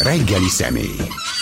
Reggeli személy.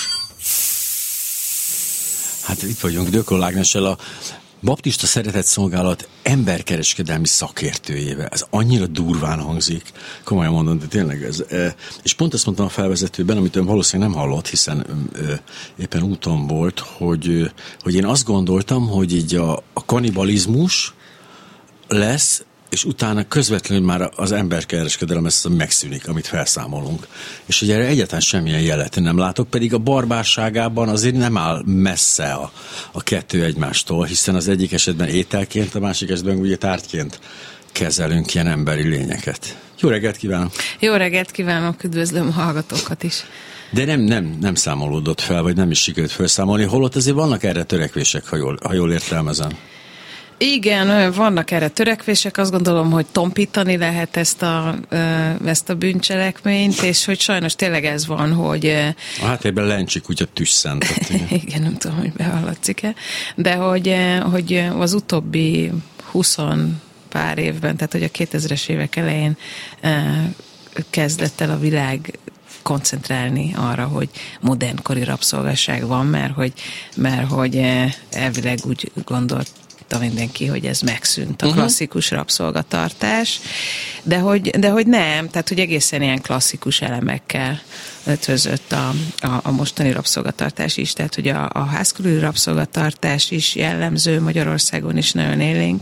Hát itt vagyunk Dökol Ágnessel, a Baptista Szeretett Szolgálat emberkereskedelmi szakértőjével. Ez annyira durván hangzik, komolyan mondom, de tényleg ez. És pont azt mondtam a felvezetőben, amit ön valószínűleg nem hallott, hiszen éppen úton volt, hogy én azt gondoltam, hogy így a kannibalizmus lesz, és utána közvetlenül már az emberkereskedelem ezt megszűnik, amit felszámolunk. És ugye erre egyáltalán semmilyen jelet nem látok, pedig a barbárságában azért nem áll messze a kettő egymástól, hiszen az egyik esetben ételként, a másik esetben ugye tárgyként kezelünk ilyen emberi lényeket. Jó reggelt kívánok! Jó reggelt kívánok, üdvözlöm a hallgatókat is! De nem számolódott fel, vagy nem is sikerült felszámolni, holott azért vannak erre törekvések, ha jól értelmezem. Igen, vannak erre törekvések, azt gondolom, hogy tompítani lehet ezt a bűncselekményt, és hogy sajnos tényleg ez van, hogy... A háttérben lencsik úgy a tüsszent. Igen, nem tudom, hogy behallatszik-e, de hogy az utóbbi 20 pár évben, tehát hogy a 2000-es évek elején kezdett el a világ koncentrálni arra, hogy modernkori rabszolgasság van, mert hogy elvileg úgy gondolt mindenki, hogy ez megszűnt, a klasszikus rabszolgatartás, de hogy nem, tehát hogy egészen ilyen klasszikus elemekkel ötvözött a mostani rabszolgatartás is, tehát hogy a házkörüli rabszolgatartás is jellemző, Magyarországon is nagyon élénk,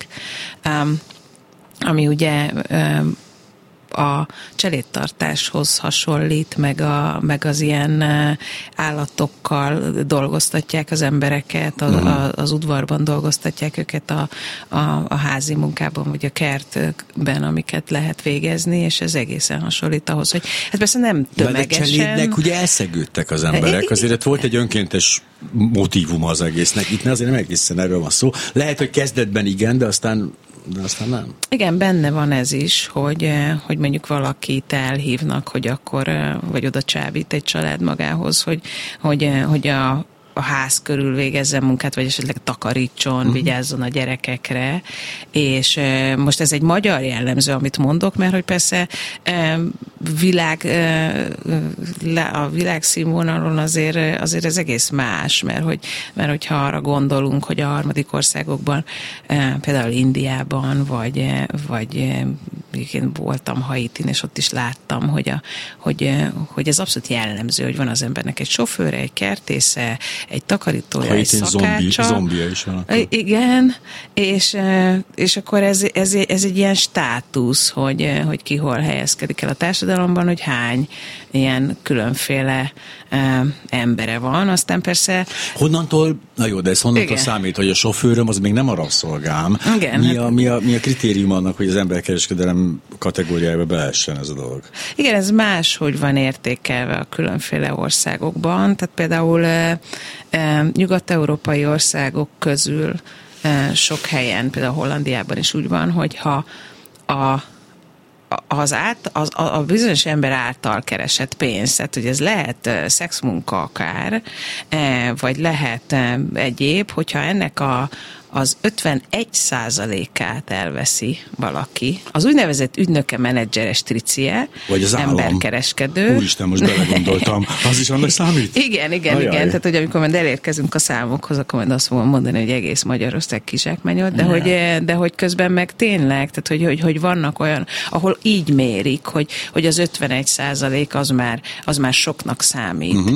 ami ugye a cselédtartáshoz hasonlít, meg az ilyen állatokkal dolgoztatják az embereket, az udvarban dolgoztatják őket a házi munkában, vagy a kertben, amiket lehet végezni, és ez egészen hasonlít ahhoz, hogy hát persze nem tömegesen. De cselédnek ugye elszegődtek az emberek, azért volt egy önkéntes motívum az egésznek, itt azért nem egészen erről van szó. Lehet, hogy kezdetben igen, de aztán nem. Igen, benne van ez is, hogy mondjuk valakit elhívnak, hogy akkor, vagy oda csábít egy család magához, hogy a ház körül végezzen munkát, vagy esetleg takarítson, vigyázzon a gyerekekre, és most ez egy magyar jellemző, amit mondok, mert hogy persze a világszínvonalon azért ez egész más, mert hogyha arra gondolunk, hogy a harmadik országokban, például Indiában, vagy én voltam Haitin, és ott is láttam, hogy ez abszolút jellemző, hogy van az embernek egy sofőre, egy kertésze, egy takarítója, egy szakácsa. Zombia is van. Akkor. Igen, és akkor ez egy ilyen státusz, hogy ki hol helyezkedik el a társadalomban, hogy hány ilyen különféle embere van, aztán persze... Honnantól, na jó, de ez honnantól számít, hogy a sofőröm az még nem a rabszolgám. Igen, mi a kritérium annak, hogy az emberkereskedelem kategóriájába beessen ez a dolog? Igen, ez máshogy van értékelve a különféle országokban, tehát például nyugat-európai országok közül sok helyen, például Hollandiában is úgy van, hogy ha a bizonyos ember által keresett pénz, tehát hogy ez lehet szexmunka akár, vagy lehet egyéb, hogyha ennek az 51%-át elveszi valaki. Az úgynevezett ügynöke, menedzseres tricie, vagy az emberkereskedő. Úristen, most belegondoltam. Az is annak számít? Igen. Tehát, hogy amikor majd elérkezünk a számokhoz, akkor majd azt fogom mondani, hogy egész Magyarország kizsákmányolt, de hogy közben meg tényleg, tehát hogy vannak olyan, ahol így mérik, hogy az 51% az már soknak számít.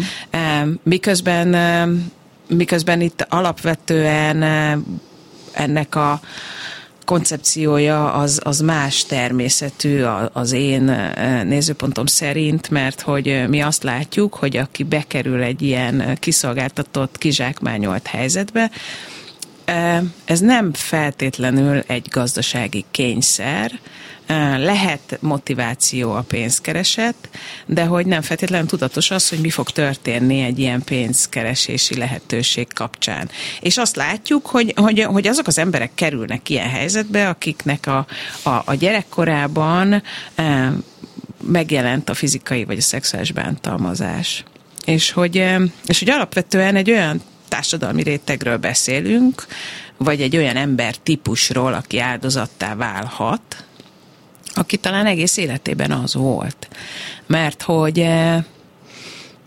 Miközben itt alapvetően ennek a koncepciója az más természetű az én nézőpontom szerint, mert hogy mi azt látjuk, hogy aki bekerül egy ilyen kiszolgáltatott, kizsákmányolt helyzetbe, ez nem feltétlenül egy gazdasági kényszer, lehet motiváció a pénzkereset, de hogy nem feltétlenül tudatos az, hogy mi fog történni egy ilyen pénzkeresési lehetőség kapcsán. És azt látjuk, hogy azok az emberek kerülnek ilyen helyzetbe, akiknek a gyerekkorában megjelent a fizikai vagy a szexuális bántalmazás. És hogy alapvetően egy olyan társadalmi rétegről beszélünk, vagy egy olyan embertípusról, aki áldozattá válhat, aki talán egész életében az volt. Mert hogy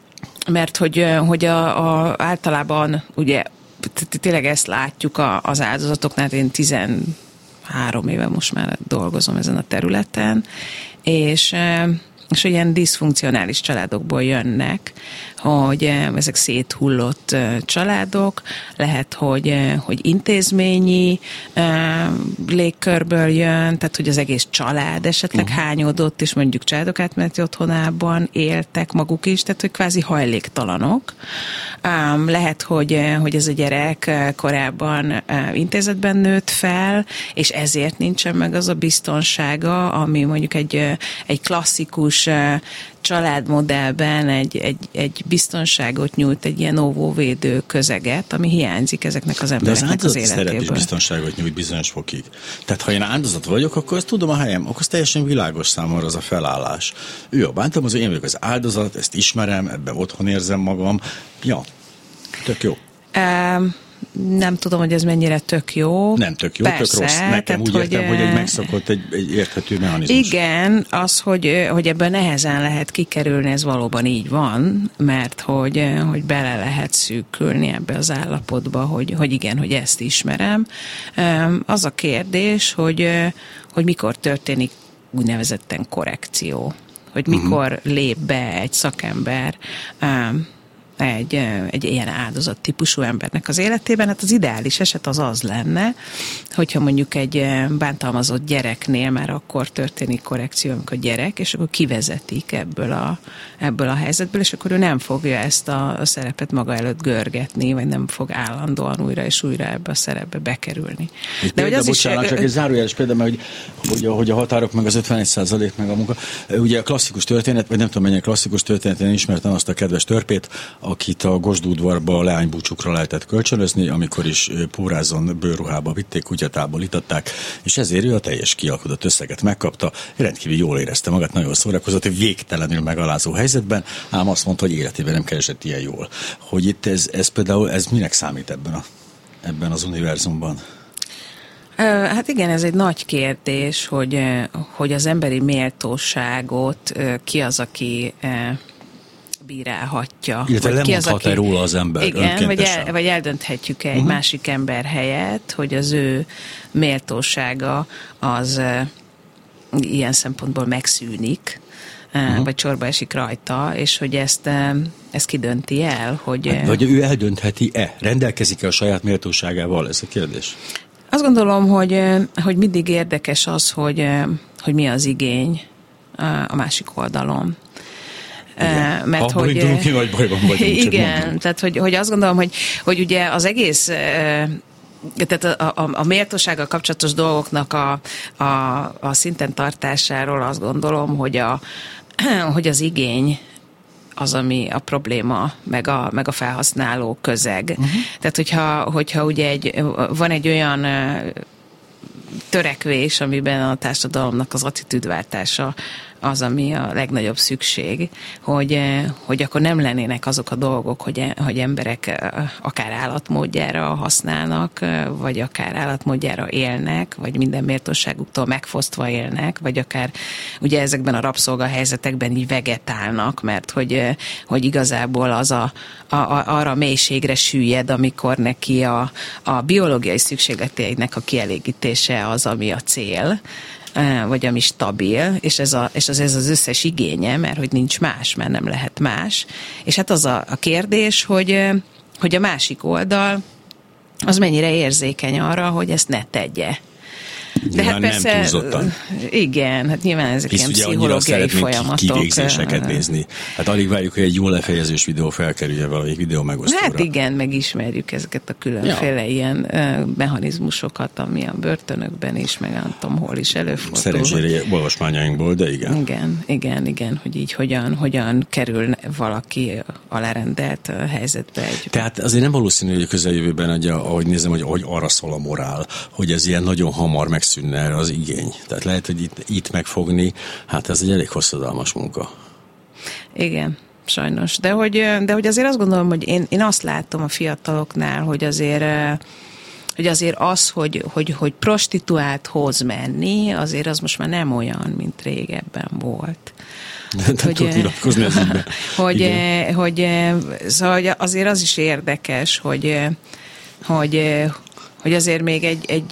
mert hogy általában ugye tényleg ezt látjuk az áldozatoknál, én 13 éve most már dolgozom ezen a területen, és ilyen diszfunkcionális családokból jönnek, hogy ezek széthullott családok, lehet, hogy intézményi légkörből jön, tehát hogy az egész család esetleg hányódott, és mondjuk családok átmeneti otthonában éltek maguk is, tehát hogy kvázi hajléktalanok. Lehet, hogy ez a gyerek korábban intézetben nőtt fel, és ezért nincsen meg az a biztonsága, ami mondjuk egy klasszikus családmodellben egy biztonságot nyújt, egy ilyen óvóvédő közeget, ami hiányzik ezeknek az embereknek az életéből. De az áldozat is biztonságot nyújt bizonyos fokig. Tehát ha én áldozat vagyok, akkor azt tudom a helyem, akkor az teljesen világos számomra az a felállás. Ő a bántalmazó, én vagyok az áldozat, ezt ismerem, ebben otthon érzem magam. Ja, tök jó. Nem tudom, hogy ez mennyire tök jó. Nem tök jó, persze, tök rossz. Nekem úgy értem, hogy egy megszokott, egy érthető mechanizmus. Igen, az, hogy ebből nehezen lehet kikerülni, ez valóban így van, mert hogy bele lehet szűkülni ebbe az állapotba, hogy igen, hogy ezt ismerem. Az a kérdés, hogy mikor történik úgynevezetten korrekció, hogy mikor lép be egy szakember egy ilyen áldozat típusú embernek az életében. Hát az ideális eset az lenne, hogyha mondjuk egy bántalmazott gyereknél már akkor történik korrekció, amikor gyerek, és akkor kivezetik ebből a helyzetből, és akkor ő nem fogja ezt a szerepet maga előtt görgetni, vagy nem fog állandóan újra és újra ebbe a szerepbe bekerülni. De hogy az bocsánat, csak egy zárójeles példa, mert hogy a határok meg az 51% meg a munka. Ugye a klasszikus történet, vagy nem tudom mennyire klasszikus történet, én ismertem azt a kedves törpét, akit a Gosdúdvarba leánybúcsukra lehetett kölcsönözni, amikor is pórázon bőrruhába vitték, kutyatából itatták, és ezért ő a teljes kialkudott összeget megkapta, rendkívül jól érezte magát, nagyon szórakozott, egy végtelenül megalázó helyzetben, ám azt mondta, hogy életében nem keresett ilyen jól. Hogy itt ez például, ez minek számít ebben az univerzumban? Hát igen, ez egy nagy kérdés, hogy az emberi méltóságot ki az, aki bírálhatja. Illetve lemondhat-e róla az ember? Igen, vagy eldönthetjük egy másik ember helyett, hogy az ő méltósága az ilyen szempontból megszűnik, vagy csorba esik rajta, és hogy ezt kidönti el, hogy... Vagy ő eldöntheti-e? Rendelkezik-e a saját méltóságával? Ez a kérdés. Azt gondolom, hogy mindig érdekes az, hogy mi az igény a másik oldalon. Igen. Mert abból indulunk ki, vagy bajban vagyunk. Igen, tehát hogy azt gondolom, hogy ugye az egész, tehát a méltósággal kapcsolatos dolgoknak a szinten tartásáról azt gondolom, hogy az igény az, ami a probléma, meg a felhasználó közeg. Tehát, hogyha ugye van egy olyan törekvés, amiben a társadalomnak az attitűdváltása az, ami a legnagyobb szükség, hogy akkor nem lennének azok a dolgok, hogy emberek akár állatmódjára használnak, vagy akár állatmódjára élnek, vagy minden méltóságuktól megfosztva élnek, vagy akár ugye ezekben a rabszolgahelyzetekben így vegetálnak, mert hogy igazából az arra a mélységre süllyed, amikor neki a biológiai szükségleteinek a kielégítése az, ami a cél, vagy ami stabil, és ez az összes igénye, mert hogy nincs más, mert nem lehet más. És hát az a kérdés, hogy a másik oldal az mennyire érzékeny arra, hogy ezt ne tegye. De hát persze, nem túlzottan. Igen, hát nyilván ezek ilyen pszichológiai folyamatok. Kivégzéseket nézni. Hát alig várjuk, hogy egy jól lefejezős videó felkerülje valamelyik videó megosztóra. Hát igen, megismerjük ezeket a különféle ilyen mechanizmusokat, ami a börtönökben is, meg nem tudom, hol is előfordul. Szerencsére olvasmányainkból, de igen. Igen, hogy így hogyan kerül valaki alárendelt helyzetbe. Tehát azért nem valószínű, hogy a közeljövőben, ahogy nézem, hogy arra szól a morál, hogy ez ilyen nagyon hamar megszűnne erre az igény. Tehát lehet, hogy itt megfogni, hát ez egy elég hosszadalmas munka. Igen, sajnos. De hogy azért azt gondolom, hogy én azt látom a fiataloknál, hogy azért az, hogy prostituálthoz menni, azért az most már nem olyan, mint régebben volt. Nem tudok nyilatkozni ez ügyben. Szóval azért az is érdekes, hogy azért még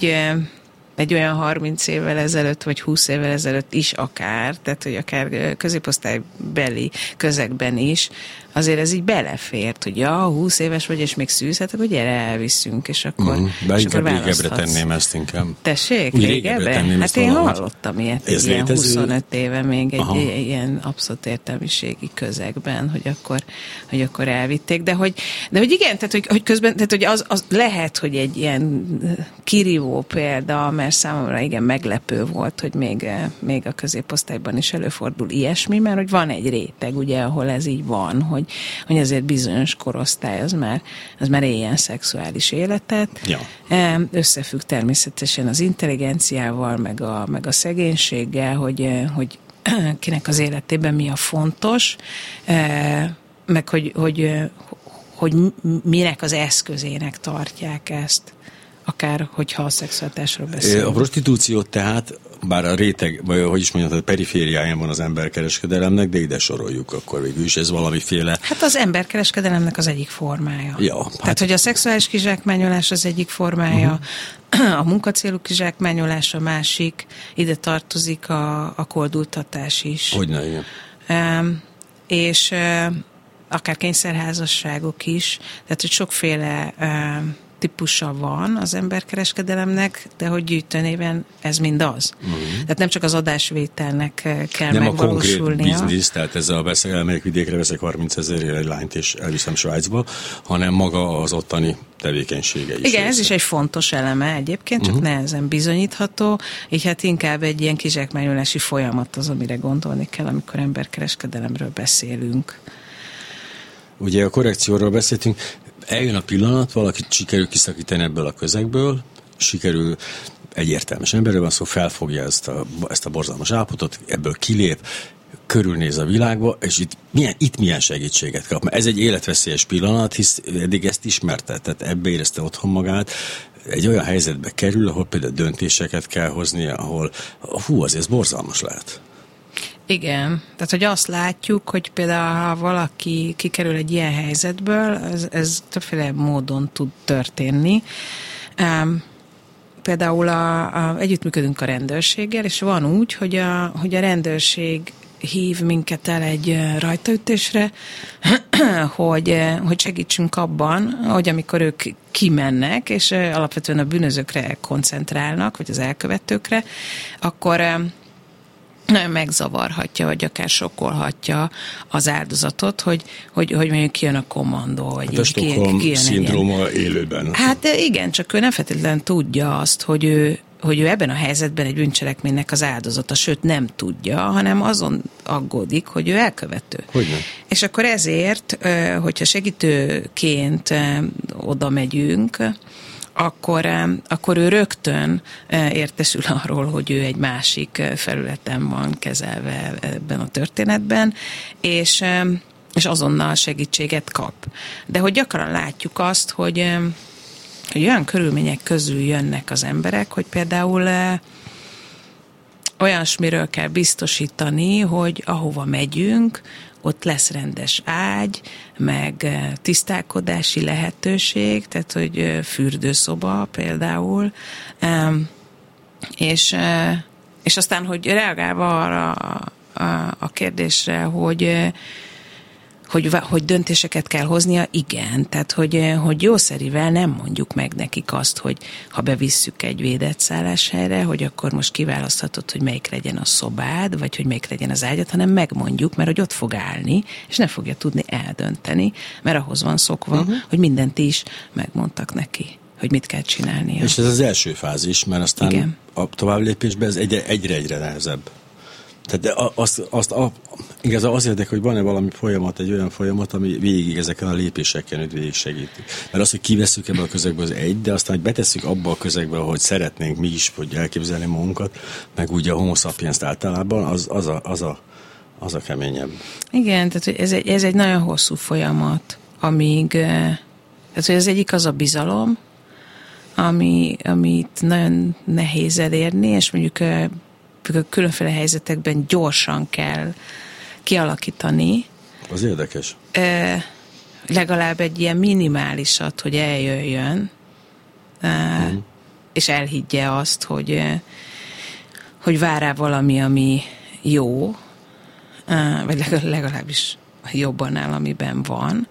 egy olyan 30 évvel ezelőtt, vagy 20 évvel ezelőtt is akár, tehát hogy akár középosztálybeli közegben is, azért ez így belefért, hogy 20 éves vagy, és még szűz, hát akkor gyere, elviszünk, és akkor de inkább régebbre tenném ezt inkább. Tessék, régebbre? Hát én hallottam ilyet, ez ilyen 25 éve még egy ilyen abszolút értelmiségi közegben, hogy akkor elvitték, de hogy igen, tehát hogy közben, tehát hogy az lehet, hogy egy ilyen kirívó példa, mert számomra igen meglepő volt, hogy még a középosztályban is előfordul ilyesmi, mert hogy van egy réteg, ugye, ahol ez így van, hogy azért bizonyos korosztály az már éljen szexuális életet. Ja. Összefügg természetesen az intelligenciával, meg a szegénységgel, hogy kinek az életében mi a fontos, meg hogy minek az eszközének tartják ezt, akár hogyha a szexualitásról beszélünk. A prostitúciót tehát, bár a réteg, vagy hogy is mondjam, a perifériáján van az emberkereskedelemnek, de ide soroljuk akkor végül is, ez valamiféle... Hát az emberkereskedelemnek az egyik formája. Ja, tehát, hogy a szexuális kizsákmányolás az egyik formája, a munkacélú kizsákmányolás a másik, ide tartozik a koldultatás is. Hogyne, igen. És akár kényszerházasságok is, tehát, hogy sokféle típusa van az emberkereskedelemnek, de hogy gyűjtőnéven ez mind az. Tehát nem csak az adásvételnek kell nem megvalósulnia. Nem a konkrét biznisz, tehát ez a elmegyek vidékre, veszek 30 000 egy lányt és elviszem Svájcba, hanem maga az ottani tevékenysége is. Igen, ez is egy fontos eleme egyébként, csak nehezen bizonyítható, így hát inkább egy ilyen kizsákmányolási folyamat az, amire gondolni kell, amikor emberkereskedelemről beszélünk. Ugye a korrekcióról beszéltünk, eljön a pillanat, valakit sikerül kiszakítani ebből a közegből, sikerül egy értelmes emberről van szó, felfogja ezt a borzalmas állapotot, ebből kilép, körülnéz a világba, és itt milyen segítséget kap. Mert ez egy életveszélyes pillanat, hisz eddig ezt ismerte, tehát ebbe érezte otthon magát, egy olyan helyzetbe kerül, ahol például döntéseket kell hoznia, ahol azért borzalmas lehet. Igen, tehát hogy azt látjuk, hogy például ha valaki kikerül egy ilyen helyzetből, ez többféle módon tud történni. Például együttműködünk a rendőrséggel, és van úgy, hogy a rendőrség hív minket el egy rajtaütésre, hogy segítsünk abban, hogy amikor ők kimennek, és alapvetően a bűnözőkre koncentrálnak, vagy az elkövetőkre, akkor nagyon megzavarhatja, vagy akár sokkolhatja az áldozatot, hogy mondjuk kijön a kommandó, vagy hát a Stockholm szindróma élőben. Hát igen, csak ő nem feltétlenül tudja azt, hogy ő ebben a helyzetben egy bűncselekménynek az áldozata, sőt nem tudja, hanem azon aggódik, hogy ő elkövető. Hogyne? És akkor ezért, hogyha segítőként oda megyünk, akkor ő rögtön értesül arról, hogy ő egy másik felületen van kezelve ebben a történetben, és azonnal segítséget kap. De hogy gyakran látjuk azt, hogy olyan körülmények közül jönnek az emberek, hogy például olyasmiről kell biztosítani, hogy ahova megyünk, ott lesz rendes ágy, meg tisztálkodási lehetőség, tehát hogy fürdőszoba például, és aztán, hogy reagálva arra a kérdésre, hogy döntéseket kell hoznia, igen. Tehát, hogy jószerivel nem mondjuk meg nekik azt, hogy ha bevisszük egy védett szálláshelyre, hogy akkor most kiválaszthatod, hogy melyik legyen a szobád, vagy hogy melyik legyen az ágyad, hanem megmondjuk, mert hogy ott fog állni, és nem fogja tudni eldönteni, mert ahhoz van szokva, hogy mindent is megmondtak neki, hogy mit kell csinálnia. És ez az első fázis, mert aztán igen. A tovább lépésben ez egyre nehezebb. Tehát igazán az érdekel, hogy van-e valami folyamat, egy olyan folyamat, ami végig ezeken a lépéseken végig segíti. Mert az, hogy kivesszük ebből a közegből, az egy, de aztán, hogy betesszük abba a közegbe, ahogy szeretnénk mi is, hogy elképzelni magunkat, meg ugye a homo sapiens általában, az a keményebb. Igen, tehát ez egy nagyon hosszú folyamat, amíg, tehát hogy az egyik az a bizalom, amit nagyon nehéz elérni, és mondjuk különféle helyzetekben gyorsan kialakítani. Az érdekes. Legalább egy ilyen minimálisat, hogy eljöjjön, és elhiggye azt, hogy vár rá valami, ami jó, vagy legalábbis jobban áll, amiben van.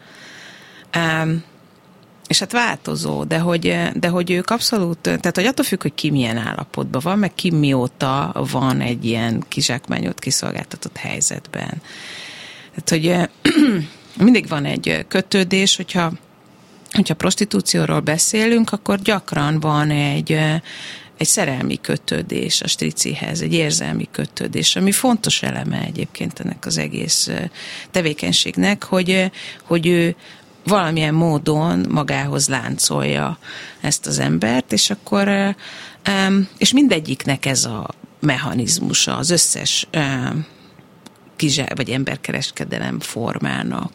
És hát változó, de hogy ők abszolút, tehát hogy attól függ, hogy ki milyen állapotban van, meg ki mióta van egy ilyen kizsákmányolt, kiszolgáltatott helyzetben. Tehát, hogy mindig van egy kötődés, hogyha prostitúcióról beszélünk, akkor gyakran van egy szerelmi kötődés a stricihez, egy érzelmi kötődés, ami fontos eleme egyébként ennek az egész tevékenységnek, hogy ő valamilyen módon magához láncolja ezt az embert, és akkor és mindegyiknek ez a mechanizmusa, az összes vagy emberkereskedelem formának,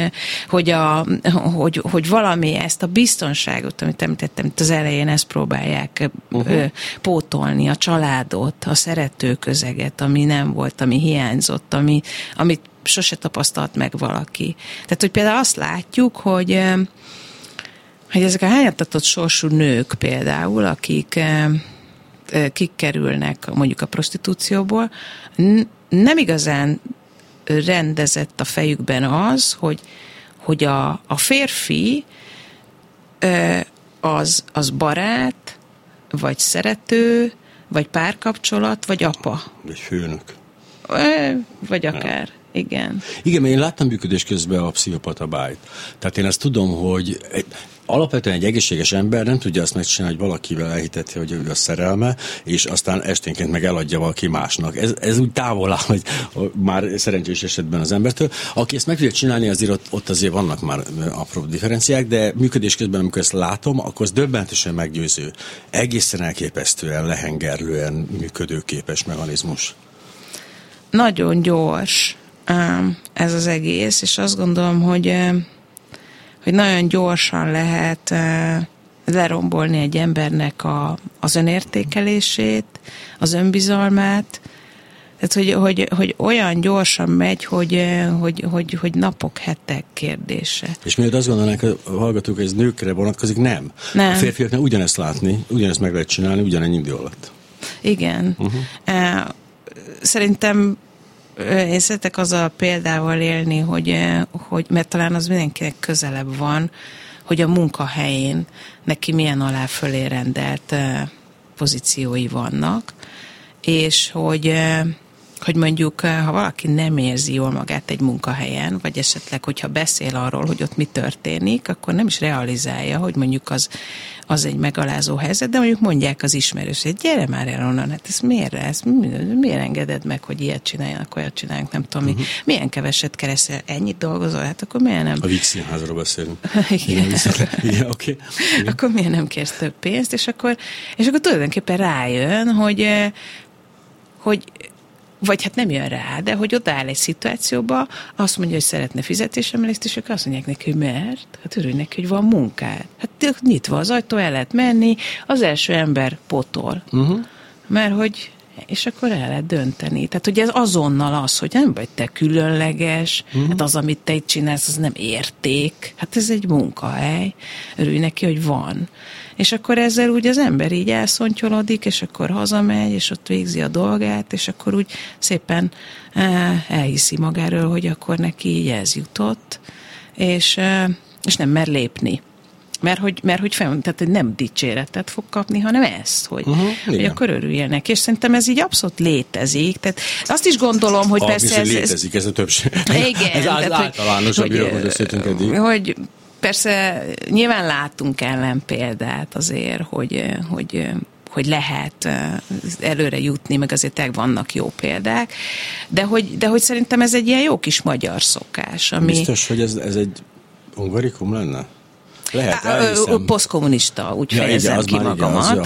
hogy valami ezt a biztonságot, amit említettem itt az elején, ezt próbálják pótolni, a családot, a szeretőközeget, ami nem volt, ami hiányzott, amit sose tapasztalt meg valaki. Tehát, hogy például azt látjuk, hogy ezek a hányattatott sorsú nők például, akik kikerülnek mondjuk a prostitúcióból, nem igazán rendezett a fejükben az, hogy a férfi az barát, vagy szerető, vagy párkapcsolat, vagy apa. Vagy főnök. Vagy akár. Igen. Igen, mert én láttam működés közben a pszichopata bájt. Tehát én azt tudom, hogy alapvetően egy egészséges ember nem tudja azt megcsinálni, hogy valakivel elhiteti, hogy ő a szerelme, és aztán esténként meg eladja valaki másnak. Ez úgy távol áll, hogy már szerencsés esetben az embertől. Aki ezt meg tudja csinálni, azért ott azért vannak már apró differenciák, de működés közben, amikor ezt látom, akkor az döbbentősen meggyőző. Egészen elképesztően, lehengerlően működőképes mechanizmus. Nagyon gyors ez az egész, és azt gondolom, hogy nagyon gyorsan lehet lerombolni egy embernek az önértékelését, az önbizalmát, tehát hogy olyan gyorsan megy, hogy napok, hetek kérdése. És miért azt gondolnánk a hallgatók, hogy ez nőkre vonatkozik? Nem. A férfiaknak ugyanezt látni, ugyanezt meg lehet csinálni, ugyanennyi idő alatt. Igen. Szerintem én szeretek azzal a példával élni, hogy mert talán az mindenkinek közelebb van, hogy a munkahelyén neki milyen alá fölé rendelt pozíciói vannak, és hogy mondjuk, ha valaki nem érzi jól magát egy munkahelyen, vagy esetleg, hogyha beszél arról, hogy ott mi történik, akkor nem is realizálja, hogy mondjuk az egy megalázó helyzet, de mondjuk mondják az ismerős, hogy gyere már el onnan, hát ez miért engeded meg, hogy ilyet csináljanak, olyat csinálják, nem tudom, milyen keveset keresel, ennyit dolgozol, hát akkor miért nem? A Víg Színházról beszélünk. Igen, okay. Akkor miért nem kérsz több pénzt, és akkor tulajdonképpen rájön, hogy vagy hát nem jön rá, de hogy odaáll egy szituációba, azt mondja, hogy szeretne fizetésemelést, és akkor azt mondják neki, hogy miért? Hát örülj neki, hogy van munkád. Hát nyitva az ajtó, el lehet menni, az első ember potol. Mert hogy, és akkor el lehet dönteni. Tehát ugye ez azonnal az, hogy nem vagy te különleges, hát az, amit te itt csinálsz, az nem érték. Hát ez egy munkahely. Örülj neki, hogy van. És akkor ezzel úgy az ember így elszontyolodik, és akkor hazamegy, és ott végzi a dolgát, és akkor úgy szépen elhiszi magáról, hogy akkor neki így ez jutott, és nem mer lépni. Mert hogy tehát nem dicséretet fog kapni, hanem ezt, hogy akkor örüljenek. És szerintem ez így abszolút létezik. Tehát azt is gondolom, hogy persze ez létezik, ez a többség. Igen. Ez általános, amiről beszéltünk eddig. Hogy persze nyilván látunk ellenpéldát azért, hogy lehet előre jutni, meg azért vannak jó példák, de hogy szerintem ez egy ilyen jó kis magyar szokás. Ami... Biztos, hogy ez egy ungarikum lenne? Lehet, posztkommunista, úgy fejezem ki magamat,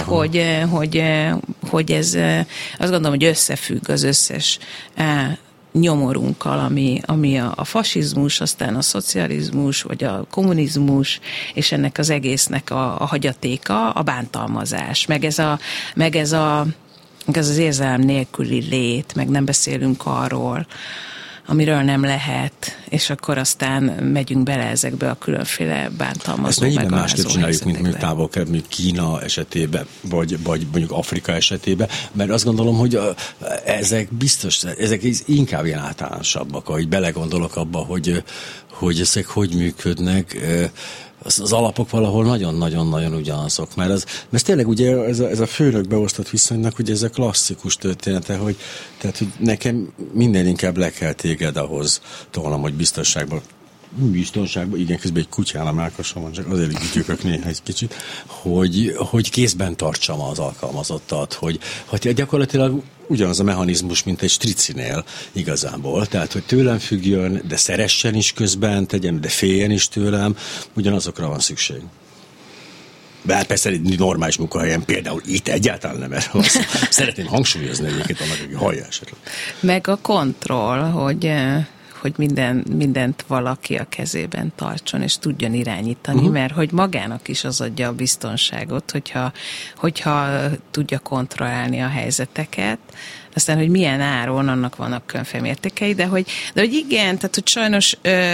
hogy ez, azt gondolom, hogy összefügg az összes nyomorunkkal, ami a fasizmus, aztán a szocializmus, vagy a kommunizmus, és ennek az egésznek a hagyatéka, a bántalmazás, meg ez az érzelem nélküli lét, meg nem beszélünk arról, amiről nem lehet, és akkor aztán megyünk bele ezekbe a különféle bántalmazó, megalázó helyzetekbe. Ezt másképp csináljuk, mint mondjuk távol-kelet, mint Kína esetében, vagy mondjuk Afrika esetében, mert azt gondolom, hogy ezek biztos, ezek inkább ilyen általánosabbak, ahogy belegondolok abba, hogy ezek hogy működnek. Az alapok valahol nagyon-nagyon-nagyon ugyanazok, mert ez tényleg ugye ez a főnök beosztott viszonynak, ugye ez a klasszikus története, hogy nekem minden inkább le kell téged ahhoz tolnom, hogy biztonságban, igen, közben egy kutyán a mellkasom van, csak azért így ügyökök néha egy kicsit, hogy kézben tartsam az alkalmazottat, hogy gyakorlatilag ugyanaz a mechanizmus, mint egy stricinél igazából, tehát, hogy tőlem függjön, de szeressen is közben, tegyen, de féljen is tőlem, ugyanazokra van szükség. Bár persze egy normális munkahelyen, például itt egyáltalán nem erre van szó. Szeretném hangsúlyozni egyébként annak, aki hallja esetleg. Meg a kontroll, hogy mindent valaki a kezében tartson, és tudjon irányítani, mert hogy magának is az adja a biztonságot, hogyha tudja kontrollálni a helyzeteket, aztán, hogy milyen áron, annak vannak különféle mértékei, de hogy igen, tehát, hogy sajnos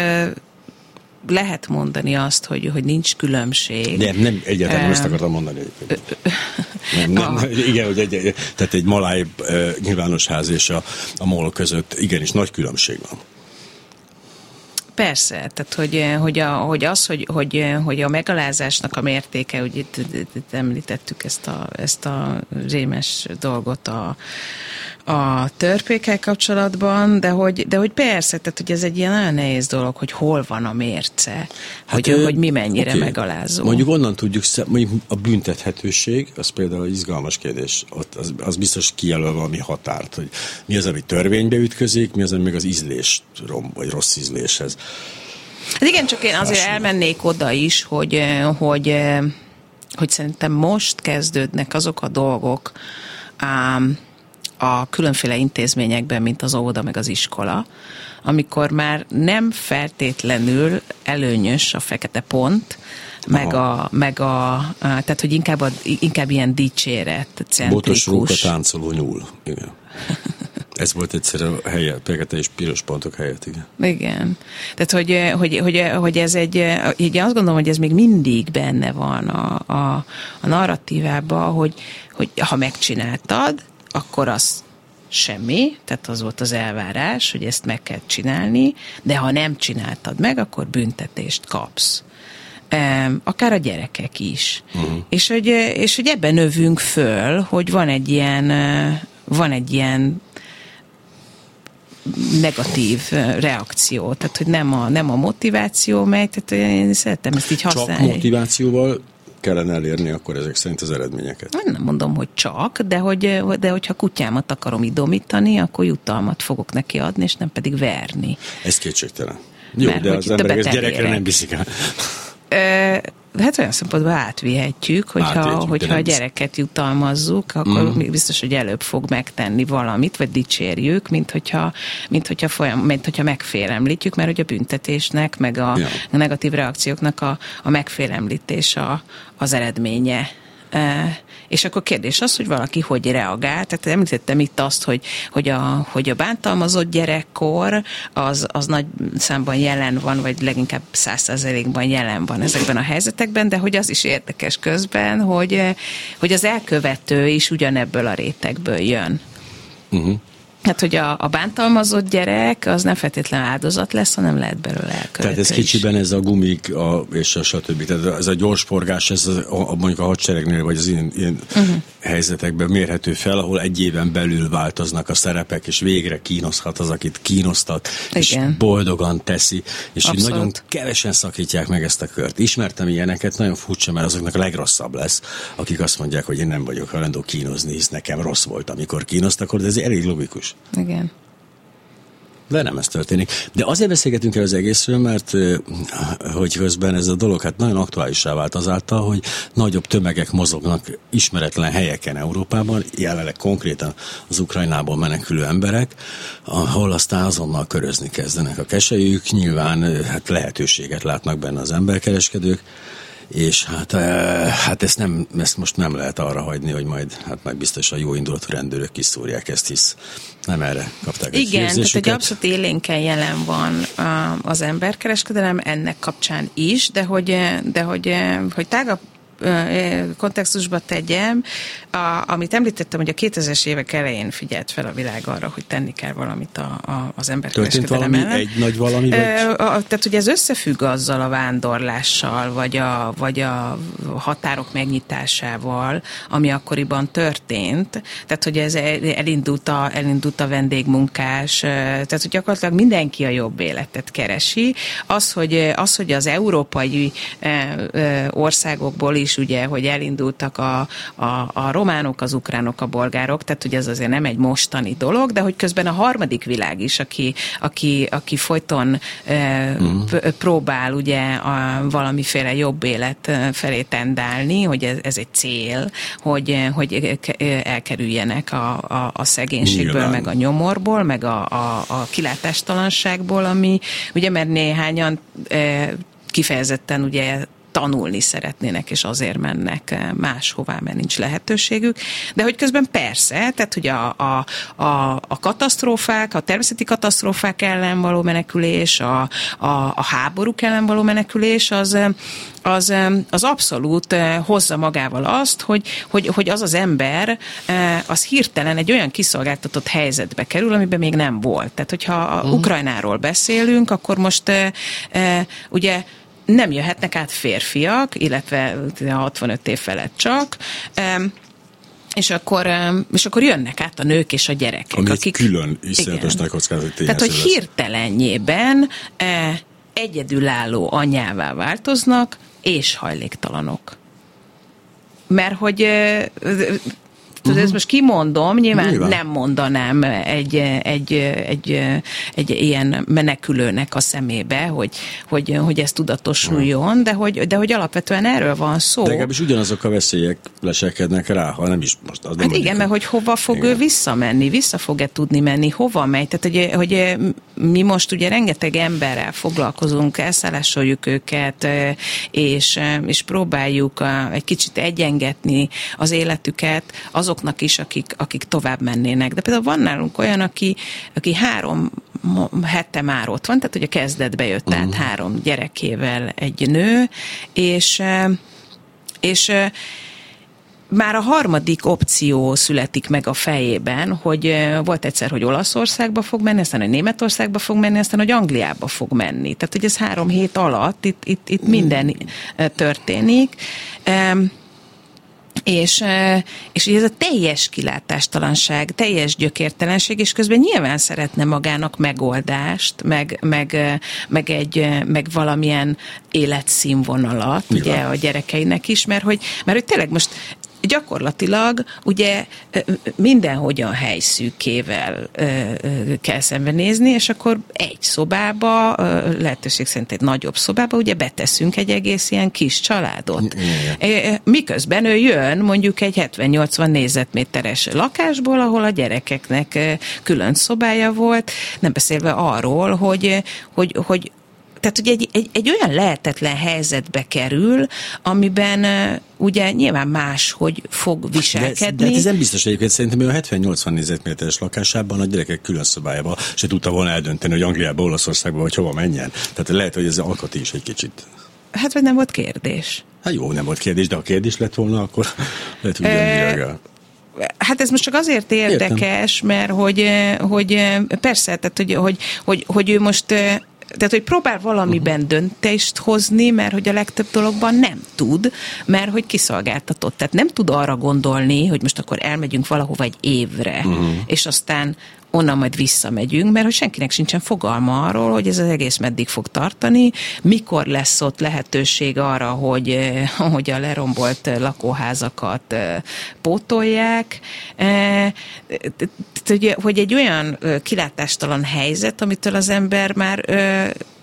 lehet mondani azt, hogy nincs különbség. Nem egyáltalán ezt akartam mondani egyébként. Nem, igen, hogy tehát egy maláj nyilvános ház és a mall között igenis nagy különbség van. Persze, tehát hogy a megalázásnak a mértéke, hogy itt említettük ezt a rémes dolgot a törpékkel kapcsolatban, de hogy persze, tehát hogy ez egy ilyen nagyon nehéz dolog, hogy hol van a mérce, hogy mi mennyire megalázó. Mondjuk onnan tudjuk, mondjuk a büntethetőség, az például izgalmas kérdés, az biztos kijelöl valami határt, hogy mi az, ami törvénybe ütközik, mi az, ami még az ízlés vagy rossz ízléshez. Hát igen, csak én azért elmennék oda is, hogy szerintem most kezdődnek azok a dolgok a különféle intézményekben, mint az óvoda meg az iskola, amikor már nem feltétlenül előnyös a fekete pont, tehát hogy inkább ilyen dicséret, centrikus. Botos róka, táncoló nyúl. Igen. Ez volt egyszer a helye, fekete és piros pontok helyett, igen. Igen. Tehát, hogy ez így azt gondolom, hogy ez még mindig benne van a narratívában, hogy ha megcsináltad, akkor az semmi, tehát az volt az elvárás, hogy ezt meg kell csinálni, de ha nem csináltad meg, akkor büntetést kapsz. Akár a gyerekek is. És hogy ebben növünk föl, hogy van egy ilyen negatív reakció, tehát hogy nem a motiváció megy, tehát én szeretem ezt így használni. Csak motivációval kellene elérni akkor ezek szerint az eredményeket? Nem mondom, hogy csak, de hogyha kutyámat akarom idomítani, akkor jutalmat fogok neki adni, és nem pedig verni. Ez kétségtelen. Jó, mert de az emberek ezt gyerekre nem viszik el. Hát olyan szempontból átvihetjük, hogyha a gyereket jutalmazzuk, akkor biztos, hogy előbb fog megtenni valamit, vagy dicsérjük, mint hogyha megfélemlítjük, mert hogy a büntetésnek, meg a negatív reakcióknak a megfélemlítés az eredménye. És akkor kérdés az, hogy valaki hogy reagál. Tehát említettem itt azt, hogy a bántalmazott gyerekkor az nagy számban jelen van, vagy leginkább 100%-ban jelen van ezekben a helyzetekben, de hogy az is érdekes közben, hogy az elkövető is ugyanebből a rétegből jön. Hát, hogy a bántalmazott gyerek az nem feltétlenül áldozat lesz, hanem lehet belőle elkövető. Tehát ez kicsiben ez a gumik és a stb. Tehát ez a gyorsporgás, ez mondjuk a hadseregnél, vagy az ilyen helyzetekben mérhető fel, ahol egy éven belül változnak a szerepek, és végre kínoszhat az, akit kínosztat, és boldogan teszi, és így nagyon kevesen szakítják meg ezt a kört. Ismertem ilyeneket, nagyon furcsa, mert azoknak a legrosszabb lesz, akik azt mondják, hogy én nem vagyok hajlandó kínozni, hisz nekem rossz volt, amikor kínoztak, de ez elég logikus. Igen. De nem ez történik. De azért beszélgetünk el az egészről, mert hogy közben ez a dolog hát nagyon aktuálissá vált azáltal, hogy nagyobb tömegek mozognak ismeretlen helyeken Európában, jelenleg konkrétan az Ukrajnából menekülő emberek, ahol aztán azonnal körözni kezdenek a keselyük, nyilván hát lehetőséget látnak benne az emberkereskedők, és hát ezt most nem lehet arra hagyni, hogy majd biztos a jó indulatú rendőrök kiszúrják ezt, hisz nem erre kapták a igen, tehát képzésüket. egy abszolút élénken jelen van az emberkereskedelem ennek kapcsán is, de hogy tágabb kontextusba tegyem, amit említettem, hogy a 2000-es évek elején figyelt fel a világ arra, hogy tenni kell valamit az emberkereskedelem ellen. Egy nagy valami? Tehát, hogy ez összefügg azzal a vándorlással, vagy a határok megnyitásával, ami akkoriban történt. Tehát, hogy ez elindult a vendégmunkás, tehát, hogy gyakorlatilag mindenki a jobb életet keresi. Az, hogy az európai országokból is ugye, hogy elindultak a románok, az ukránok, a bolgárok, tehát ugye ez azért nem egy mostani dolog, de hogy közben a harmadik világ is, aki folyton próbál ugye valamiféle jobb élet felé tendálni, hogy ez egy cél, hogy elkerüljenek a szegénységből, nyilván, meg a nyomorból, meg a kilátástalanságból, ami ugye, mert néhányan kifejezetten ugye tanulni szeretnének, és azért mennek máshová, mert nincs lehetőségük. De hogy közben persze, tehát hogy a katasztrófák, a természeti katasztrófák ellen való menekülés, a háborúk ellen való menekülés, az abszolút hozza magával azt, hogy az ember az hirtelen egy olyan kiszolgáltatott helyzetbe kerül, amiben még nem volt. Tehát, hogyha Ukrajnáról beszélünk, akkor most ugye nem jöhetnek át férfiak, illetve 65 év felett csak, és akkor jönnek át a nők és a gyerekek. Ami egy külön iszonyatos nagy kockázati tényező. Tehát, hogy hirtelenjében egyedülálló anyává változnak, és hajléktalanok. Mert hogy ezt most kimondom, nyilván nem mondanám egy ilyen menekülőnek a szemébe, hogy ez tudatosuljon, de hogy alapvetően erről van szó. De legalábbis ugyanazok a veszélyek leselkednek rá, ha nem is most. Az nem hát igen, mert hogy hova fog ő visszamenni, vissza fog-e tudni menni, hova megy. Tehát, hogy mi most ugye rengeteg emberrel foglalkozunk, elszállásoljuk őket, és próbáljuk egy kicsit egyengetni az életüket azoknak is, akik tovább mennének. De például van nálunk olyan, aki 3 hete már ott van, tehát hogy a kezdetbe jött át 3 gyerekével egy nő, és már a harmadik opció születik meg a fejében, hogy volt egyszer, hogy Olaszországba fog menni, aztán, hogy Németországba fog menni, aztán, hogy Angliába fog menni. Tehát, hogy ez 3 hét alatt itt minden történik. És ugye ez a teljes kilátástalanság, teljes gyökértelenség, és közben nyilván szeretne magának megoldást, meg valamilyen életszínvonalat ugye a gyerekeinek is, mert hogy tényleg most gyakorlatilag ugye mindenhogyan helyszűkével kell szembenézni, és akkor egy szobába, lehetőség szerint egy nagyobb szobába ugye beteszünk egy egész ilyen kis családot. Miközben ő jön mondjuk egy 70-80 négyzetméteres lakásból, ahol a gyerekeknek külön szobája volt, nem beszélve arról, hogy tehát, hogy egy olyan lehetetlen helyzetbe kerül, amiben ugye nyilván máshogy fog viselkedni. De ez nem biztos egyébként, szerintem ő a 70-80 négyzetméteres lakásában, a gyerekek külön szobájában se tudta volna eldönteni, hogy Angliába, Olaszországba, vagy hova menjen. Tehát lehet, hogy ez alkati is egy kicsit. Hát, vagy nem volt kérdés. Hát jó, nem volt kérdés, de ha kérdés lett volna, akkor lehet, hogy ugyanúgy. Hát ez most csak azért érdekes, mert hogy persze, tehát hogy ő most... Tehát, hogy próbál valamiben döntést hozni, mert hogy a legtöbb dologban nem tud, mert hogy kiszolgáltatott. Tehát nem tud arra gondolni, hogy most akkor elmegyünk valahova egy évre, és aztán onnan majd visszamegyünk, mert hogy senkinek sincsen fogalma arról, hogy ez az egész meddig fog tartani, mikor lesz ott lehetőség arra, hogy a lerombolt lakóházakat pótolják. Hogy egy olyan kilátástalan helyzet, amitől az ember már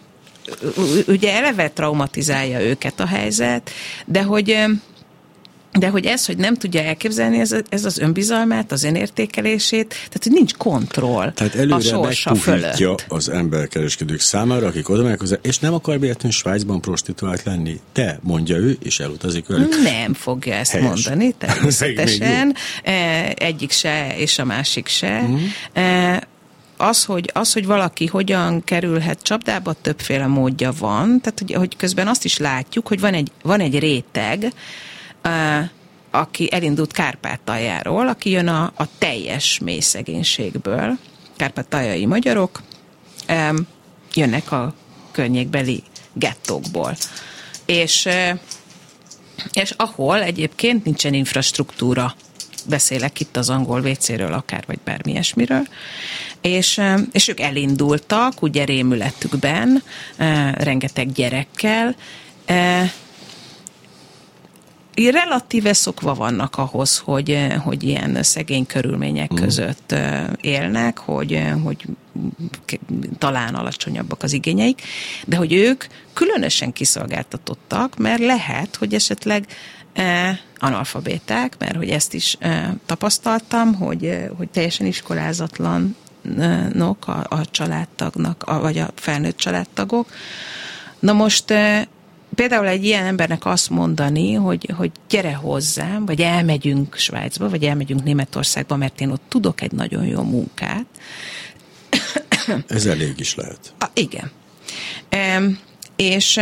ugye eleve traumatizálja őket a helyzet, de hogy De hogy nem tudja elképzelni ez az önbizalmát, az önértékelését, tehát hogy nincs kontroll tehát előre a sorsa fölött. az emberkereskedők számára, akik oda mennek hozzá, és nem akar véletlenül Svájcban prostituált lenni. Te, mondja ő, és elutazik velük. Nem fogja ezt mondani, természetesen. Egyik se, és a másik se. Az, hogy valaki hogyan kerülhet csapdába, többféle módja van. Tehát, hogy közben azt is látjuk, hogy van egy réteg, aki elindult Kárpátaljáról, aki jön a teljes mély szegénységből, kárpátaljai magyarok, jönnek a környékbeli gettókból. És ahol egyébként nincsen infrastruktúra, beszélek itt az angol WC-ről akár, vagy bármi ilyesmiről, és ők elindultak, ugye rémületükben, rengeteg gyerekkel, relatíve szokva vannak ahhoz, hogy ilyen szegény körülmények között élnek, hogy talán alacsonyabbak az igényeik, de hogy ők különösen kiszolgáltatottak, mert lehet, hogy esetleg analfabéták, mert hogy ezt is tapasztaltam, hogy teljesen iskolázatlanok a családtagnak, vagy a felnőtt családtagok. Na most például egy ilyen embernek azt mondani, hogy gyere hozzám, vagy elmegyünk Svájcba, vagy elmegyünk Németországba, mert én ott tudok egy nagyon jó munkát. Ez elég is lehet. Igen. És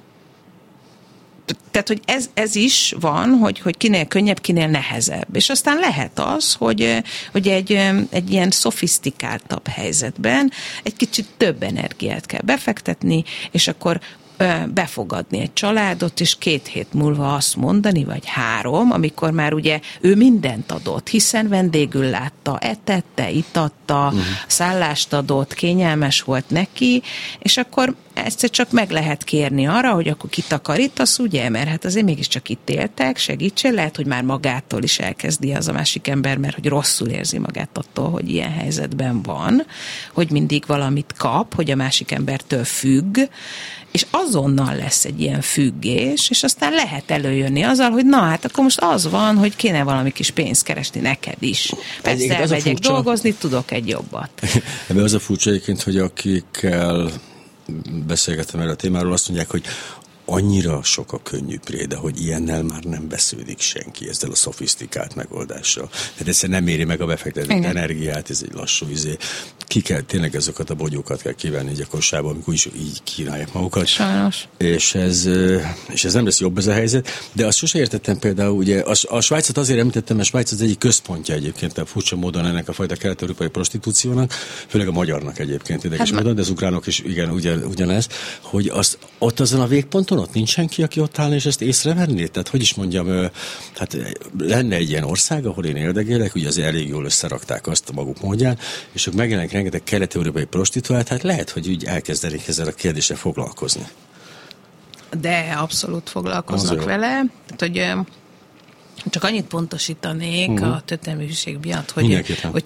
tehát, hogy ez is van, hogy kinél könnyebb, kinél nehezebb. És aztán lehet az, hogy egy ilyen szofisztikáltabb helyzetben egy kicsit több energiát kell befektetni, és akkor befogadni egy családot, és 2 hét múlva azt mondani, vagy 3, amikor már ugye ő mindent adott, hiszen vendégül látta, etette, itatta, szállást adott, kényelmes volt neki, és akkor egyszer csak meg lehet kérni arra, hogy akkor kitakarítasz, ugye, mert hát azért mégiscsak itt éltek, segítsen, lehet, hogy már magától is elkezdi az a másik ember, mert hogy rosszul érzi magát attól, hogy ilyen helyzetben van, hogy mindig valamit kap, hogy a másik embertől függ, és azonnal lesz egy ilyen függés, és aztán lehet előjönni azzal, hogy na hát akkor most az van, hogy kéne valami kis pénzt keresni neked is. Persze elmegyek dolgozni, tudok egy jobbat. Ebben az a furcsa egyébként, hogy akikkel beszélgettem erről a témáról, azt mondják, hogy annyira sok a könnyű préda, hogy ilyennel már nem besződik senki ezzel a szofisztikált megoldással. Tehát egyszerűen nem éri meg a befektetett energiát, ez egy lassú izé. Ki kell, tényleg ezeket a bogyókat kell kivenni gyakorságban, amikor is így kínálják magukat. Sajnos. És ez nem lesz jobb ez a helyzet, de azt sose értettem például, ugye a Svájcot azért említettem, mert Svájc az egyik központja egyébként, a furcsa módon ennek a fajta kelet-európai prostitúciónak, főleg a magyarnak egyébként érdekes módon, de az ukránok is igen, ugyanez, hogy ott azon a végponton ott nincs senki, aki ott állna és ezt észrevenné? Tehát, hogy is mondjam, hát lenne egy ilyen ország, ahol én érdegélek, ugye azért elég jól összerakták azt a maguk módján, és ők megjelenik rengeteg kelet-európai prostituált, hát lehet, hogy úgy elkezdenék ezzel a kérdéssel foglalkozni. De abszolút foglalkoznak vele. Tehát, hogy csak annyit pontosítanék a történelműség miatt, hogy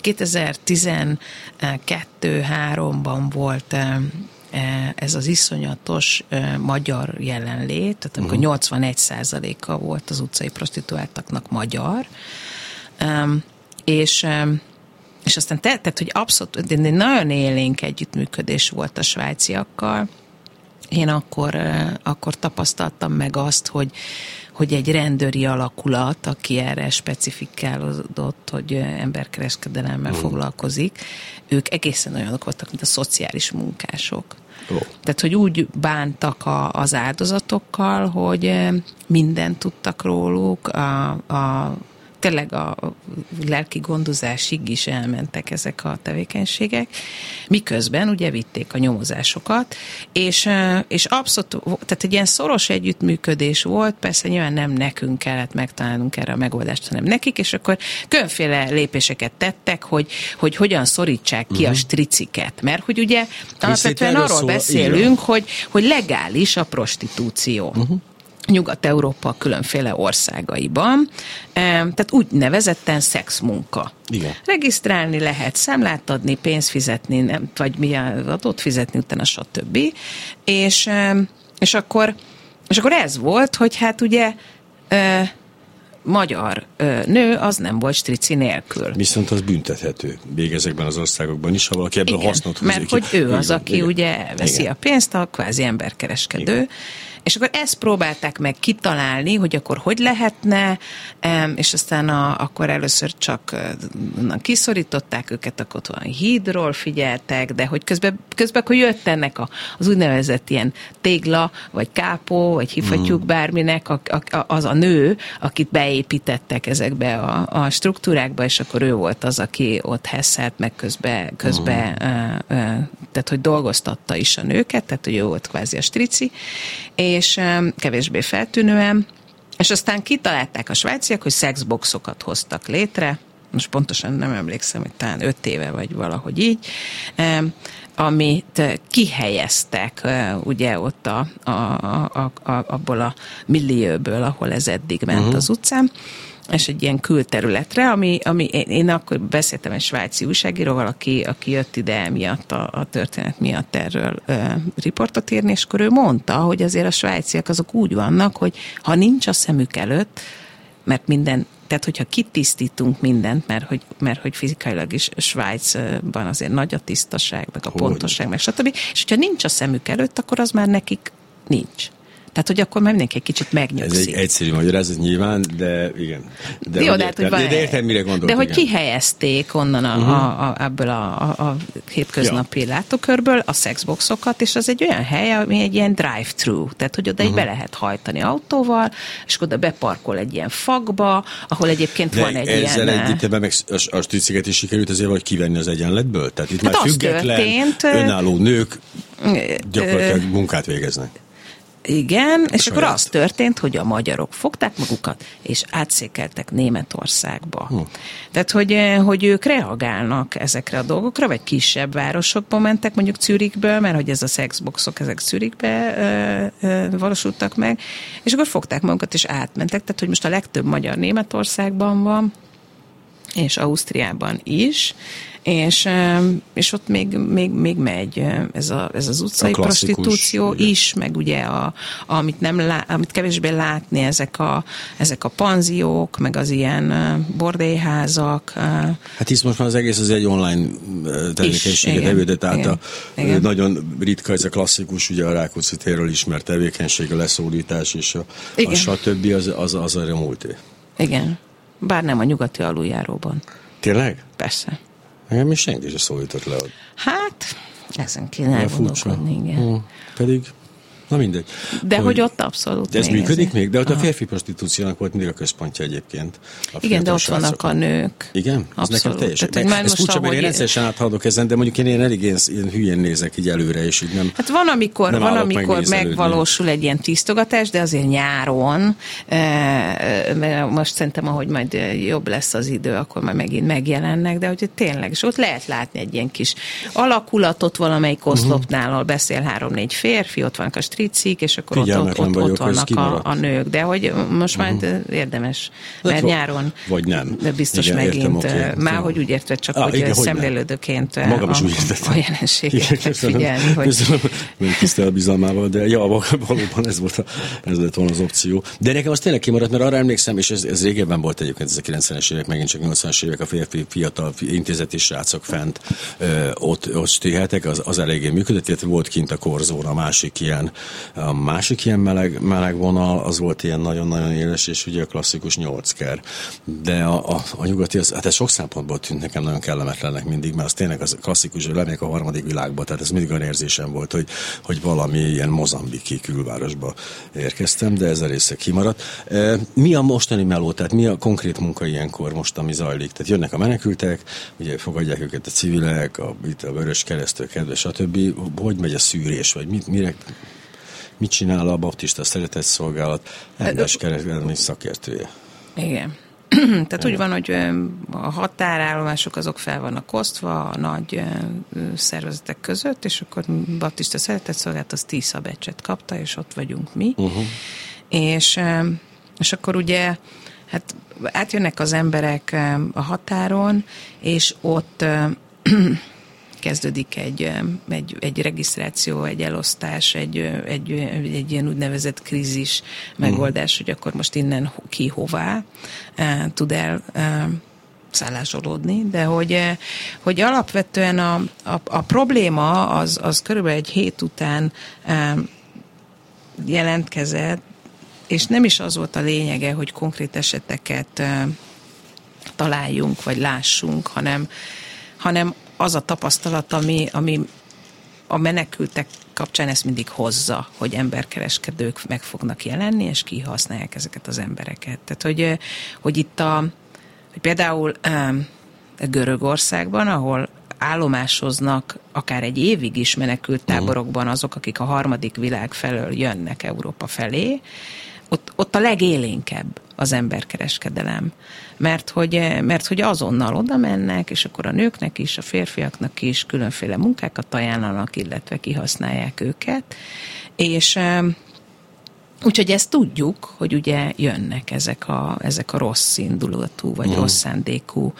2012-3-ban volt ez az iszonyatos magyar jelenlét, tehát amikor 81%-a volt az utcai prostituáltaknak magyar, és aztán tehát, hogy abszolút, de nagyon élénk együttműködés volt a svájciakkal. Én akkor tapasztaltam meg azt, hogy egy rendőri alakulat, aki erre specifikálódott, hogy emberkereskedelemmel foglalkozik, ők egészen olyanok voltak, mint a szociális munkások. Tehát, hogy úgy bántak az áldozatokkal, hogy mindent tudtak róluk, tényleg a lelki gondozásig is elmentek ezek a tevékenységek, miközben ugye vitték a nyomozásokat, és abszolút, tehát egy ilyen szoros együttműködés volt, persze nyilván nem nekünk kellett megtalálnunk erre a megoldást, hanem nekik, és akkor különféle lépéseket tettek, hogy hogyan szorítsák ki a striciket, mert hogy ugye alapvetően arról beszélünk, hogy legális a prostitúció. Nyugat-Európa különféle országaiban, tehát úgynevezetten szexmunka. Igen. Regisztrálni lehet, számlát adni, pénzt fizetni, vagy milyen adót fizetni, utána stb. És akkor ez volt, hogy hát ugye magyar nő az nem volt strici nélkül. Viszont az büntethető még ezekben az országokban is, ha valaki ebből hasznot húzik. Mert hogy ő az, aki ugye veszi a pénzt, a kvázi emberkereskedő. Igen. És akkor ezt próbálták meg kitalálni, hogy akkor hogy lehetne, és aztán akkor először csak kiszorították őket, akkor valami hídról figyeltek, de hogy közben akkor jött ennek az úgynevezett ilyen tégla, vagy kápó, vagy hívhatjuk bárminek, az a nő, akit beépítettek ezekbe a struktúrákba, és akkor ő volt az, aki ott hesszelt, meg közben tehát, hogy dolgoztatta is a nőket, tehát, hogy ő volt kvázi a strici, és kevésbé feltűnően, és aztán kitalálták a svájciak, hogy szexboxokat hoztak létre, most pontosan nem emlékszem, hogy talán 5 éve, vagy valahogy így, amit kihelyeztek ugye ott abból a millióből, ahol ez eddig ment az utcán, és egy ilyen külterületre, ami én akkor beszéltem egy svájci újságíróval, aki jött ide emiatt a történet miatt erről riportot írni, és akkor ő mondta, hogy azért a svájciak azok úgy vannak, hogy ha nincs a szemük előtt, mert minden, tehát hogyha kitisztítunk mindent, mert hogy fizikailag is Svájcban azért nagy a tisztaság, meg a pontosság, meg stb. És hogyha nincs a szemük előtt, akkor az már nekik nincs. Tehát, hogy akkor már mindenki egy kicsit megnyugszik. Ez egy egyszerű magyarázat nyilván, de igen. De jó, de értem, mire gondolt. De hogy kihelyezték onnan ebből a hétköznapi látókörből a szexboxokat, és az egy olyan hely, ami egy ilyen drive-thru, tehát, hogy oda így be lehet hajtani autóval, és oda beparkol egy ilyen fakba, ahol egyébként van egy ilyen... Ezzel együtteben meg a striciket is sikerült azért valahogy kivenni az egyenletből? Tehát itt már független, önálló nők gyakorlatilag munkát végeznek. Igen, és akkor az történt, hogy a magyarok fogták magukat, és átszékeltek Németországba. Tehát, hogy ők reagálnak ezekre a dolgokra, vagy kisebb városokba mentek, mondjuk Zürichből, mert hogy ez a szexboxok, ezek Zürichbe valósultak meg, és akkor fogták magukat, és átmentek. Tehát, hogy most a legtöbb magyar Németországban van, és Ausztriában is, és ott még megy ez az utcai prostitúció is, meg ugye amit kevésbé látni, ezek a panziók, meg az ilyen bordélyházak. Hát hisz most már az egész az egy online tevékenységet evődött át. Nagyon ritka ez a klasszikus, ugye a Rákóczi térről ismert tevékenység, a leszólítás, és a stb. Az a múlté. Igen. Bár nem a nyugati aluljáróban. Tényleg? Persze. Engem is senki sem szólított le. Hát, ezen kéne elgondolkodni, igen. Pedig, na mindegy. De hogy ott abszolút. De ez működik még? De ott a férfi prostitúciónak volt mindig a központja egyébként. Igen, de ott vannak a nők. Igen? Abszolút. Ez nekem teljesen. Ez furcsa, mert én rendszeresen áthaladok ezen, de mondjuk én elég ilyen hülyén nézek így előre, és így nem. Hát van, amikor megvalósul egy ilyen tisztogatás, de azért nyáron, most szerintem, ahogy majd jobb lesz az idő, akkor majd megint megjelennek, de hogy tényleg, és ott lehet látni egy ilyen kis alakulatot valamelyik oszlopnál, ahol beszél 3-4 férfi, ott vannak a stricik, és akkor ott vannak a nők, de hogy most már érdemes, mert nyáron vagy nem. De biztos igen, megint, értem, már hogy úgy értve, csak hogy igen, szemlélődőként magam is úgy a jelenséget figyelni. Köszönöm, tisztel bizalmával, de valóban ez lett volna az opció. De nekem az tényleg kimaradt, mert arra emlékszem, és ez régebben volt egyébként, ez a 90-es évek, megint csak 80-as évek, a férfi fiatal intézeti srácok fent ott stéheltek, az eléggé működött, illetve volt kint a Korzón a másik ilyen meleg vonal, az volt ilyen nagyon-nagyon éles, és ugye a klasszikus 8-ker. De a nyugati, hát ez sok szempontból tűnt nekem nagyon kellemetlennek mindig, mert az tényleg az klasszikus, hogy lemegyek a harmadik világba, tehát ez mindig olyan érzésem volt, hogy valami ilyen mozambiki külvárosba érkeztem, de ez a része kimaradt. Mi a mostani meló, tehát mi a konkrét munka ilyenkor most, ami zajlik? Tehát jönnek a menekültek, ugye fogadják őket a civilek, a Vörös Keresztől kedve, stb. Hogy megy a szűrés, vagy mit csinál a baptista szeretetszolgálat emberkereskedelmi szakértője? Igen. Tehát úgy van, hogy a határállomások azok fel vannak osztva a nagy szervezetek között, és akkor baptista szeretetszolgálat az 10 szabadságot kapta, és ott vagyunk mi. És akkor ugye hát átjönnek az emberek a határon, és ott kezdődik egy regisztráció, egy elosztás, egy ilyen úgynevezett krízis megoldás, hogy akkor most innen ki hová tud el szállásolódni, de hogy alapvetően a probléma az körülbelül egy hét után jelentkezett, és nem is az volt a lényege, hogy konkrét eseteket találjunk, vagy lássunk, hanem az a tapasztalat, ami a menekültek kapcsán ezt mindig hozza, hogy emberkereskedők meg fognak jelenni, és kihasználják ezeket az embereket. Tehát, hogy itt hogy például Görögországban, ahol állomásoznak akár egy évig is menekült táborokban azok, akik a harmadik világ felől jönnek Európa felé, ott a legélénkebb az emberkereskedelem. Mert hogy azonnal oda mennek, és akkor a nőknek is, a férfiaknak is különféle munkákat ajánlanak, illetve kihasználják őket. És úgyhogy ezt tudjuk, hogy ugye jönnek ezek a rossz indulatú, vagy rossz szándékú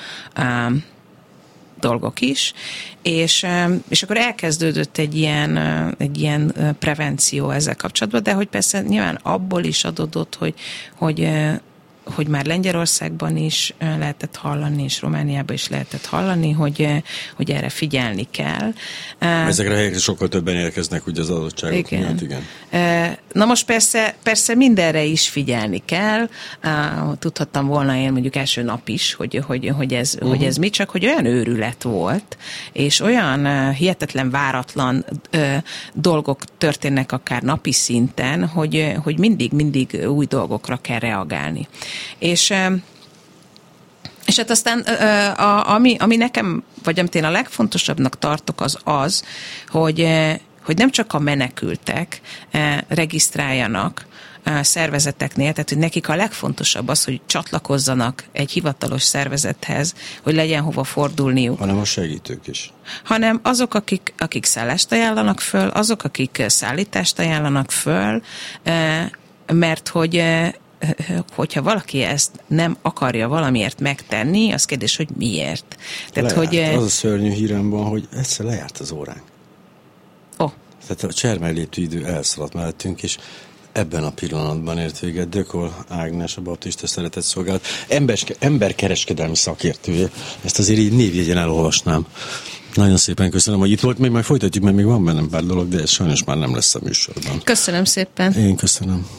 dolgok is, és akkor elkezdődött egy ilyen prevenció ezzel kapcsolatban, de hogy persze nyilván abból is adódott, hogy már Lengyelországban is lehetett hallani, és Romániában is lehetett hallani, hogy erre figyelni kell. Ezekre a helyekre sokkal többen érkeznek ugye az adottságok miatt, igen. Na most persze mindenre is figyelni kell. Tudhattam volna én mondjuk első nap is, hogy ez mit, csak hogy olyan őrület volt, és olyan hihetetlen váratlan dolgok történnek akár napi szinten, hogy mindig új dolgokra kell reagálni. És hát aztán ami nekem, vagy amit én a legfontosabbnak tartok, az hogy nem csak a menekültek regisztráljanak szervezeteknél, tehát hogy nekik a legfontosabb az, hogy csatlakozzanak egy hivatalos szervezethez, hogy legyen hova fordulniuk. Hanem a segítők is. Hanem azok, akik szállást ajánlanak föl, azok, akik szállítást ajánlanak föl, mert hogyha valaki ezt nem akarja valamiért megtenni, az kérdés, hogy miért. Tehát, az a szörnyű hírem van, hogy egyszer lejárt az óránk. Tehát a csermelléptő idő elszaladt mellettünk, és ebben a pillanatban ért véget Dökol Ágnes, a Baptista Szeretett Szolgálat emberkereskedelmi szakértője. Ezt azért így névjegyen elolvasnám. Nagyon szépen köszönöm, hogy itt volt, még majd folytatjuk, mert még van bennem pár dolog, de ez sajnos már nem lesz a műsorban. Köszönöm szépen. Én köszönöm.